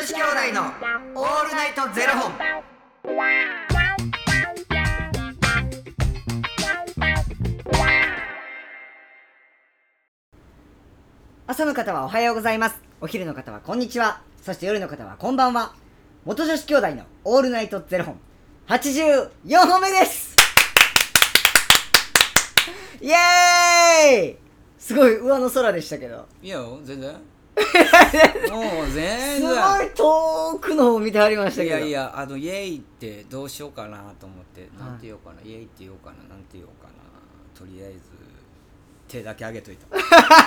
子兄弟のオールナイトゼロ本。朝の方はおはようございます。お昼の方はこんにちは。そして夜の方はこんばんは。元女子兄弟のオールナイトゼロ本84本目です。イエーイ。すごい上の空でしたけど。 いや全然もう全然すごい遠くの方見てはりましたけど。 いやイエイってどうしようかなと思って、なんて言おうかな、イエイって言おうかな、なんて言おうかな、とりあえず手だけ上げといた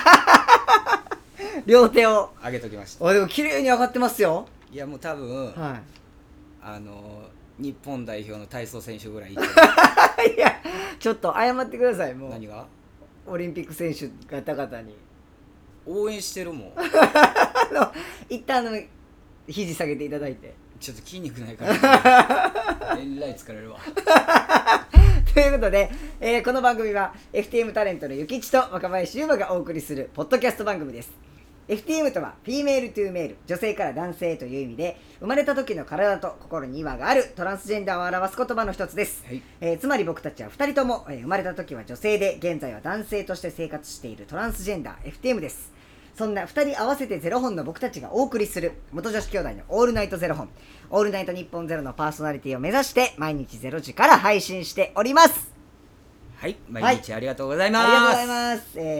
両手を上げときました。 でも綺麗に上がってますよ。 いやもう多分、 は日本代表の体操選手ぐらいいいいやちょっと謝ってください。もう何がオリンピック選手方々に応援してるもん一旦肘下げていただいて。 ちょっと筋肉ないからえらい疲れるわということで、この番組は FTM タレントのゆきちと若林優馬がお送りするポッドキャスト番組です。 FTM とはフィメールトゥーメール、女性から男性という意味で、生まれた時の体と心に違和があるトランスジェンダーを表す言葉の一つです、 はい。 つまり僕たちは2人とも、生まれた時は女性で現在は男性として生活しているトランスジェンダー FTM です。そんな2人合わせてゼロ本の僕たちがお送りする元女子兄弟のオールナイトゼロ本、オールナイト日本ゼロのパーソナリティを目指して毎日0時から配信しております。 はい、毎日ありがとうございます。 ありがとうございます。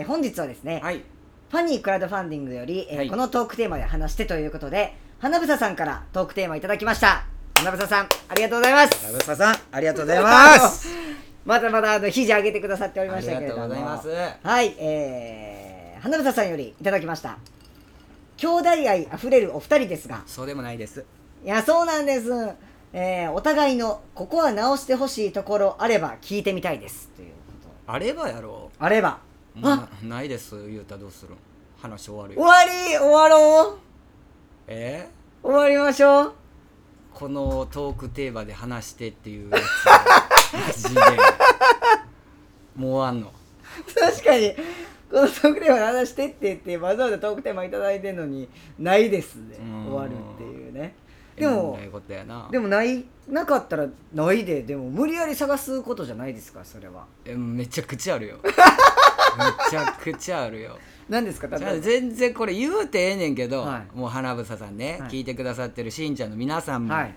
本日はですね、 はい、 ファニークラウドファンディングより、 はい、 このトークテーマで話してということで、花房さんからトークテーマいただきました。花房さんありがとうございます。 花房さんありがとうございますまだまだ肘上げてくださっておりましたけれども、 ありがとうございます。 はい、花房さんよりいただきました。兄弟愛あふれるお二人ですが、 そうでもないです。 いやそうなんです。お互いのここは直してほしいところあれば聞いてみたいですということ。 あればやろう。 あればないです言うたらどうするん。話終わるよ。 終わろう。終わりましょう。 このトークテーマで話してっていうやつマジでもう終わんの。 確かにこのトークテーマで話してって言ってわざわざトークテーマいただいてるのにないですで終わるっていうね。でもないことやな。 でもなかったらないで、でも無理やり探すことじゃないですかそれは。 めちゃくちゃあるよめちゃくちゃあるよ。 何ですか。 全然これ言うてええねんけど、 はい、 もう花房さんね、 はい、 聞いてくださってるしんちゃんの皆さんも、はい、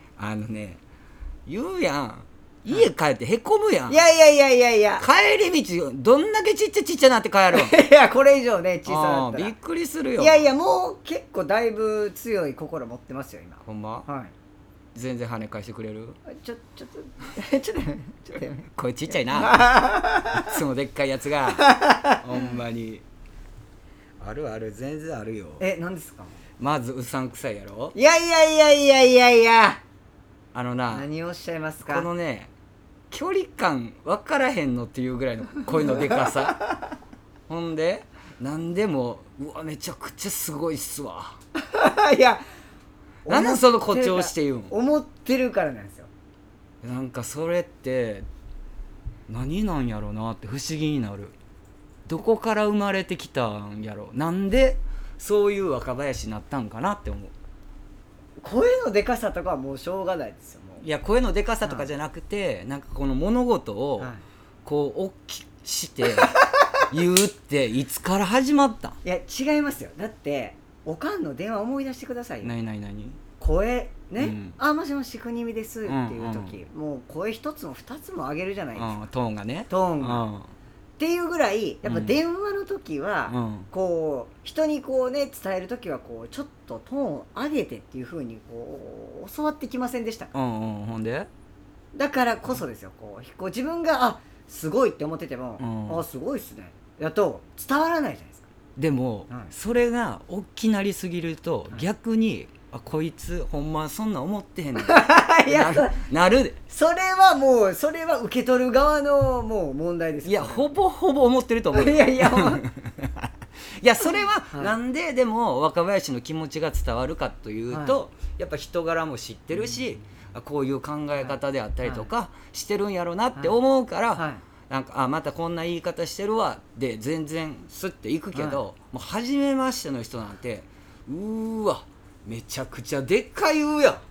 言うやん、家帰ってへこむやん。 いや帰り道どんだけちっちゃなって帰るんいやこれ以上ね小さなったらびっくりするよ。 いやもう結構だいぶ強い心持ってますよ今。 ほんま。 はい。 全然跳ね返してくれる。 ちょっと声ちっちゃいないつもでっかいやつがほんまにあるある、全然あるよ。 何ですか。 まずうさんくさいやろ。 いや何をおっしゃいますか。 このね距離感分からへんのっていうぐらいの声のでかさほんで何でもうわめちゃくちゃすごいっすわいやなんでその誇張して言うん。 思ってるからなんですよ。 なんかそれって何なんやろなって不思議になる。どこから生まれてきたんやろ。なんでそういう若林になったんかなって思う。 声のでかさとかはもうしょうがないですよ。もういや声のでかさとかじゃなくて、なんかこの物事をこう大きして言うっていつから始まったん。 いや違いますよ。だっておかんの電話思い出してくださいよ。 何声ね、もしもし国見ですっていう時、もう声一つも二つも上げるじゃないですか、 トーンがね。 トーンが、っていうぐらいやっぱ電話の時は、こう人にこうね伝える時はこうちょっとトーンを上げてっていう風にこう教わってきませんでしたか。 ほんでだからこそですよ、こう自分がすごいって思ってても、すごいっすねやと伝わらないじゃないですか。 でも、それが大きなりすぎると、逆にこいつほんまそんな思ってへんのなるで。 それは受け取る側のもう問題です。 いやほぼほぼ思ってると思う。いやそれはなんで、でも若林の気持ちが伝わるかというと、やっぱ人柄も知ってるし、こういう考え方であったりとかしてるんやろなって思うから、なんかまたこんな言い方してるわで全然スッていくけど、もう初めましての人なんてうーわめちゃくちゃでっかい言うやん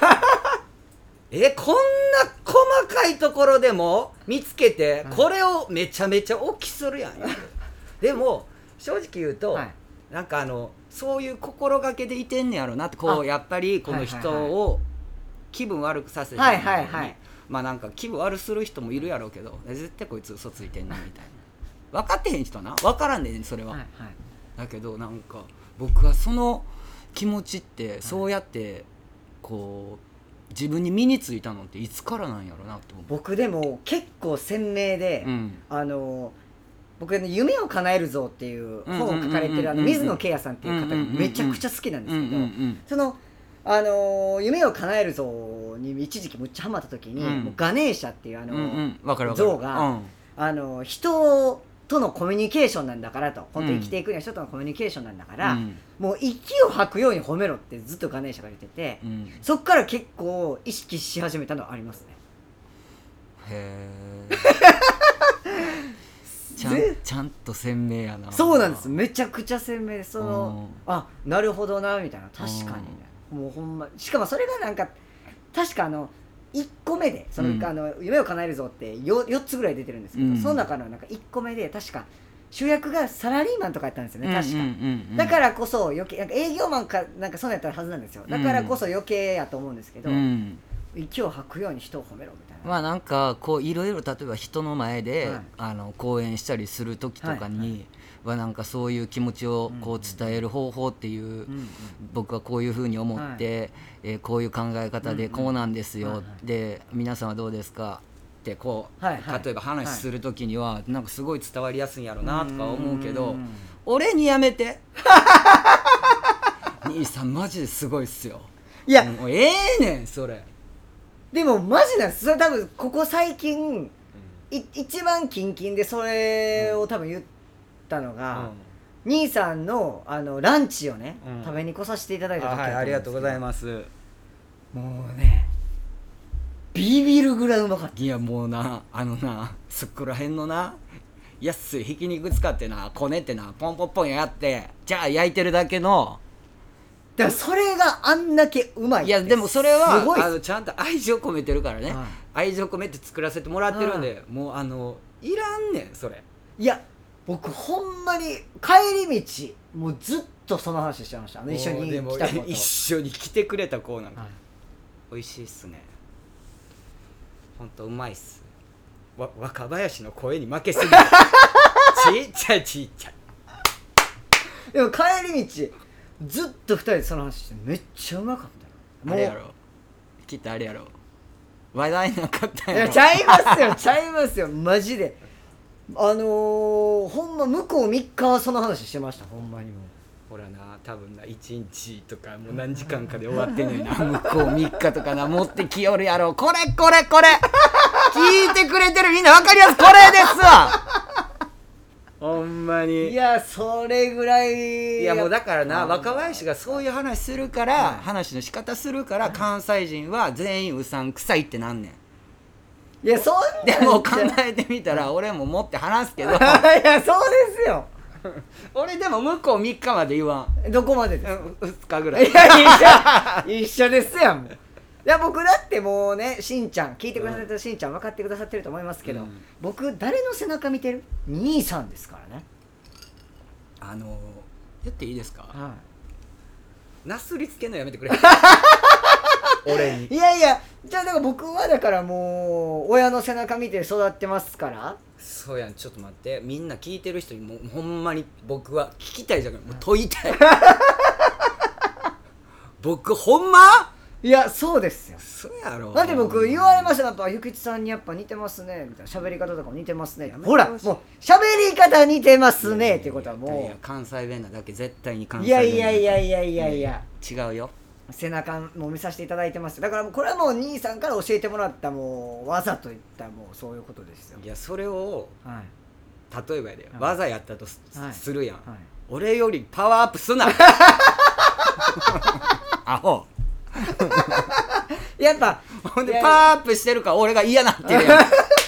こんな細かいところでも見つけて、これをめちゃめちゃ大きするやんでも正直言うと、なんかそういう心がけでいてんねやろなってこうやっぱりこの人を気分悪くさせて、まあなんか気分悪する人もいるやろうけど絶対こいつ嘘ついてんなみたいな分かってへん人な分からんねんそれは、だけどなんか僕はその気持ちってそうやってこう自分に身についたのっていつからなんやろなって思う。 僕でも結構鮮明で、僕夢を叶えるぞっていう本を書かれてる水野圭也さんっていう方がめちゃくちゃ好きなんですけど、その夢を叶えるぞに一時期むっちゃハマった時に、もうガネーシャっていう像が、人とのコミュニケーションなんだからと、本当に生きていくには人とのコミュニケーションなんだから、もう息を吐くように褒めろってずっとガネーシャが言ってて、そっから結構意識し始めたのはありますね。 へちゃんと鮮明やな。 そうなんです、めちゃくちゃ鮮明です。あ、なるほどなみたいな、確かに、もうほんま、しかもそれがなんか確か1個目でその、夢を叶えるぞって 4つぐらい出てるんですけど、その中のなんか1個目で確か主役がサラリーマンとかやったんですよね、確か、だからこそ余計なんか営業マンかなんかそんなやったはずなんですよ。だからこそ余計やと思うんですけど、息を吐くように人を褒めろみたいな。 まあなんかこういろいろ例えば人の前で、講演したりする時とかにはなんかそういう気持ちをこう伝える方法っていう、僕はこういうふうに思って、こういう考え方でこうなんですよ、で皆さんはどうですかってこう、例えば話する時にはなんかすごい伝わりやすいんやろうなとか思うけど、俺にやめて兄さんマジですごいっすよ。 いやもうねんそれ。 でもマジなんです。それ多分ここ最近、一番キンキンでそれを多分言ったのが、兄さんのランチをね、食べに来させていただいた時だったんですけど、 ありがとうございます。 もうねビビるぐらいうまかった。 いやもうなそこら辺のな安いひき肉使ってなこねってなポンポンポンやってじゃあ焼いてるだけの。 だからそれがあんだけうまいって。 いやでもそれはちゃんと愛情込めてるからね、愛情込めて作らせてもらってるんで、もういらんねんそれ。 いや僕ほんまに帰り道もうずっとその話してました。一緒に来た子と一緒に来てくれた子なんか、美味しいっすね、ほんとうまいっす。若林の声に負けすぎちっちゃいちっちゃい。 でも帰り道ずっと2人でその話してめっちゃうまかったよ。 あれやろきっとあれやろ話題なかったんやろ。 いやちゃいますよちゃいますよマジで。ほんま向こう3日はその話してました。ほんまにもうほらな多分な1日とかもう何時間かで終わってんのにな向こう3日とかな持ってきよるやろ。これ聞いてくれてるみんな分かりやすこれですわほんまに。 いやそれぐらい。 いやもうだからな若林がそういう話するから、話の仕方するから、関西人は全員うさんくさいってなんねん。 いやそんなんでも考えてみたら俺も持って話すけどいやそうですよ俺でも向こう3日まで言わん。 どこまでですか 2日ぐらい。 いや一緒ですやん。いや僕だってもうねしんちゃん聞いてくださってるしんちゃん分かってくださってると思いますけど、僕誰の背中見てる？兄さんですからね。 言っていいですか？なすりつけんのやめてくれ俺に。 いやいやじゃあだから僕はだからもう親の背中見て育ってますから。 そうやんちょっと待ってみんな聞いてる人にもうほんまに僕は聞きたいじゃんもう問いたい僕ほんま？ いやそうですよ。 そうやろ。 だって僕言われました。やっぱゆきちさんにやっぱ似てますねみたいな。喋り方とかも似てますね。ほらもう喋り方似てますねってことはもう。 いや関西弁なだけ絶対に関西弁。 いや違うよ。 背中も見させていただいてます。だからこれはもう兄さんから教えてもらったもう技といったもうそういうことですよ。 いやそれを、例えばやで、技やったと するやん、俺よりパワーアップすなアホやっぱほんでパワーアップしてるから俺が嫌なってるやん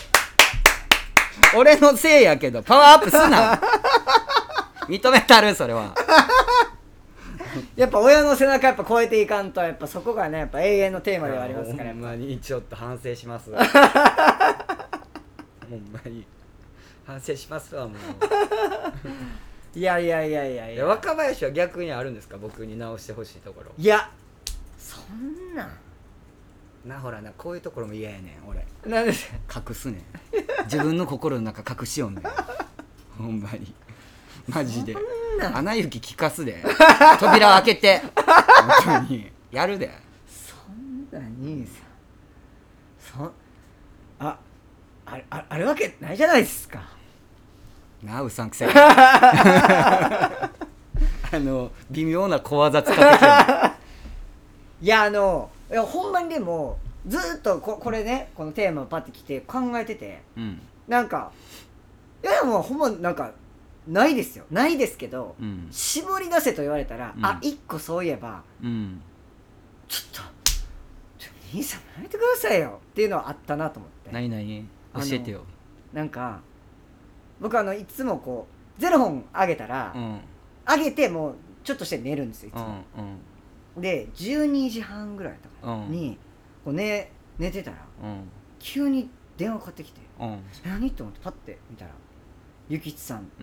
俺のせいやけどパワーアップすな認めたるそれはやっぱ親の背中やっぱ超えていかんと、やっぱそこがねやっぱ永遠のテーマではありますから、 ほんまにちょっと反省しますほんまに反省しますわもういや若林は逆にあるんですか、僕に直してほしいところ。 いやそんなんほらな、こういうところも嫌やねん俺。 なんで隠すねん自分の心の中隠しよんねんほんまにマジでアナ雪聞かすで扉開けて本当にやるで。 そんな兄さんあるわけないじゃないですか。 なあうさんくせえ微妙な小技使ってきていやいやほんまにでもずっとこれねこのテーマをパッてきて考えてて、 うん、 なんかいやもうほんまなんかないですよ、ないですけど、 うん、 絞り出せと言われたら、一個そういえば、ちょっと兄さんやめてくださいよっていうのはあったなと思って。 何教えてよ。 なんか僕いつもこう0本あげたら、あげてもうちょっとして寝るんですよいつも、で12時半ぐらいとかに、こう寝てたら、急に電話かかってきて、何と思ってパッて見たらゆきちさん、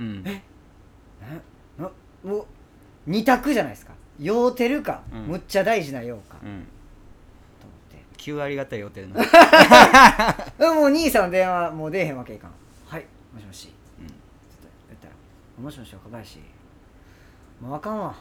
もう2択じゃないですか、酔うてるか、むっちゃ大事な用か、と思って 9割方酔うてるなもう兄さんの電話もう出えへんわけいかん。はいもしもし、ちょっと言ったらもしもし若林、もうあかんわ、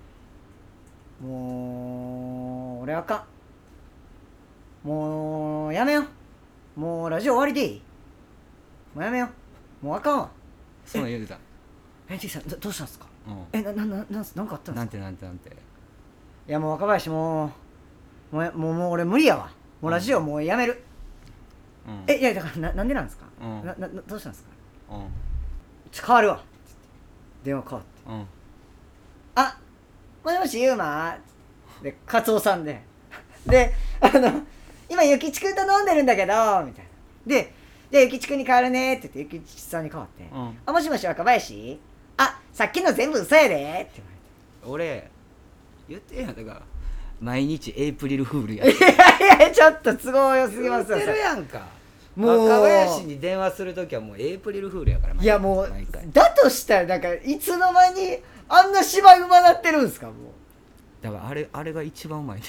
もう俺あかん、もうやめよう、もうラジオ終わりでいい、もうやめよう、もうあかんわ。 そう言うた。 T さんどうしたんですか。なんかあったんですか。 なんていやもう若林もう俺無理やわ、もうラジオもうやめる、いやだからなんでなんですか、どうしたんですか、変わるわ電話変わって、あもしもしゆうまでカツオさんで今ゆきちくんと飲んでるんだけどみたいなで、じゃあゆきちくんに変わるねって言ってゆきちさんに変わって、あもしもし若林、さっきの全部嘘やでって言われて、 俺言ってんやん、だから毎日エイプリルフールや。 いやちょっと都合良すぎますよ。 言ってるやんか。 もう若林に電話するときはもうエイプリルフールやから。 いやもうだとしたらなんかいつの間にあんな芝居うまなってるんですか。もうだからあれが一番うまいね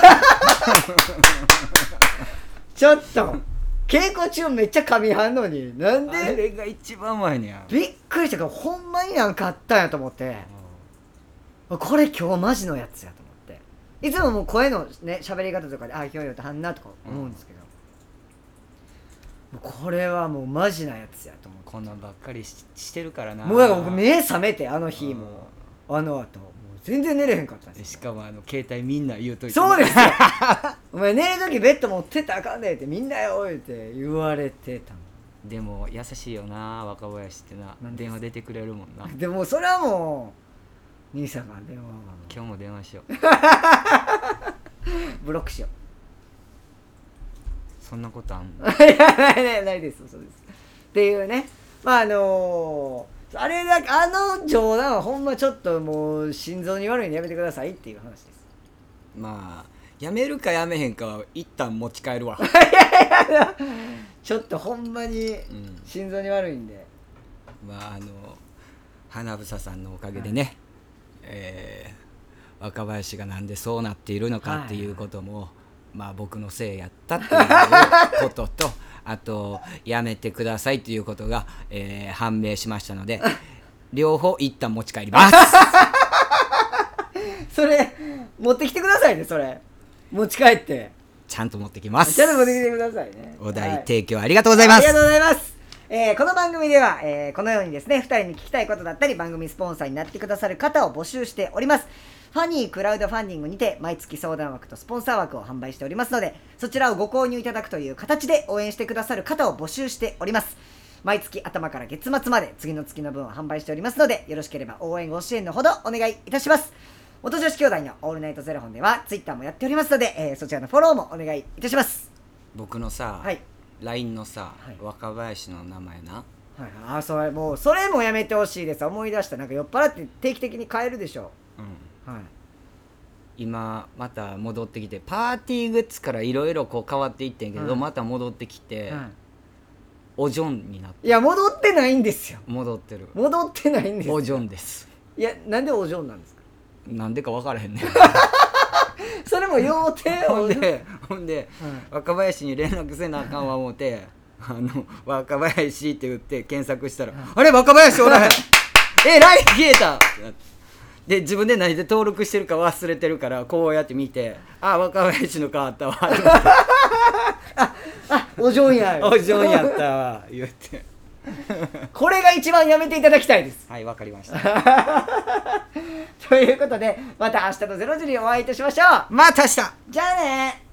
ちょっと稽古中めっちゃ噛みはんのになんで。 あれが一番うまいねや。 びっくりしたからほんまになんかあったんやと思って、これ今日マジのやつやと思って、いつももう声のね喋り方とかで今日よってはんなとか思うんですけど、これはもうマジなやつやと思って、 こんなんばっかり してるからな。 もうなんか僕目覚めてあの日もあの後もう全然寝れへんかったんですよ。しかも携帯みんな言うといて、 そうですよお前寝るときベッド持ってったらあかんねってみんなよって言われてたの。 でも優しいよな若林ってな、電話出てくれるもんな。 でもそれはもう兄さんが電話が今日も電話しようブロックしよう。 そんなことあんのいやないです、そうですっていうね。まああれだけ冗談はほんまちょっともう心臓に悪いんでやめてくださいっていう話です。 まあやめるかやめへんかは一旦持ち帰るわいやちょっとほんまに心臓に悪いんで、 まあ花房さんのおかげでね、若林がなんでそうなっているのかっていうことも、まあ僕のせいやったっていうこととあとやめてくださいっていうことが、判明しましたので両方一旦持ち帰りますそれ持ってきてくださいね。それ持ち帰ってちゃんと持ってきます。 ちゃんと持ってきてくださいね。 お題提供ありがとうございます。 ありがとうございます。この番組では、このようにですね2人に聞きたいことだったり番組スポンサーになってくださる方を募集しております。ファニークラウドファンディングにて毎月相談枠とスポンサー枠を販売しておりますので、そちらをご購入いただくという形で応援してくださる方を募集しております。毎月頭から月末まで次の月の分を販売しておりますので、よろしければ応援ご支援のほどお願いいたします。元女子兄弟のオールナイトゼロ本ではツイッターもやっておりますので、そちらのフォローもお願いいたします。 僕のさ、 はい、 LINE のさ、若林の名前な、 それもやめてほしいです。思い出した。なんか酔っ払って定期的に変えるでしょ。はい今また戻ってきてパーティーグッズからいろいろこう変わっていってんけど、また戻ってきて、おジョンになって。 いや戻ってないんですよ。 戻ってる。 戻ってないんですよ。 おジョンです。 いやなんでおジョンなんですか。 なんでか分からへんねそれも要点ほんで、若林に連絡せなあかんわ思って若林って言って検索したら、あれ若林おらへんライン消えたで自分で何で登録してるか忘れてるからこうやって見て、あ若林の変わったわおジョンやおジョンやったわ言ってこれが一番やめていただきたいです。 はいわかりましたということでまた明日の0時にお会いいたしましょう。 また明日。 じゃあね。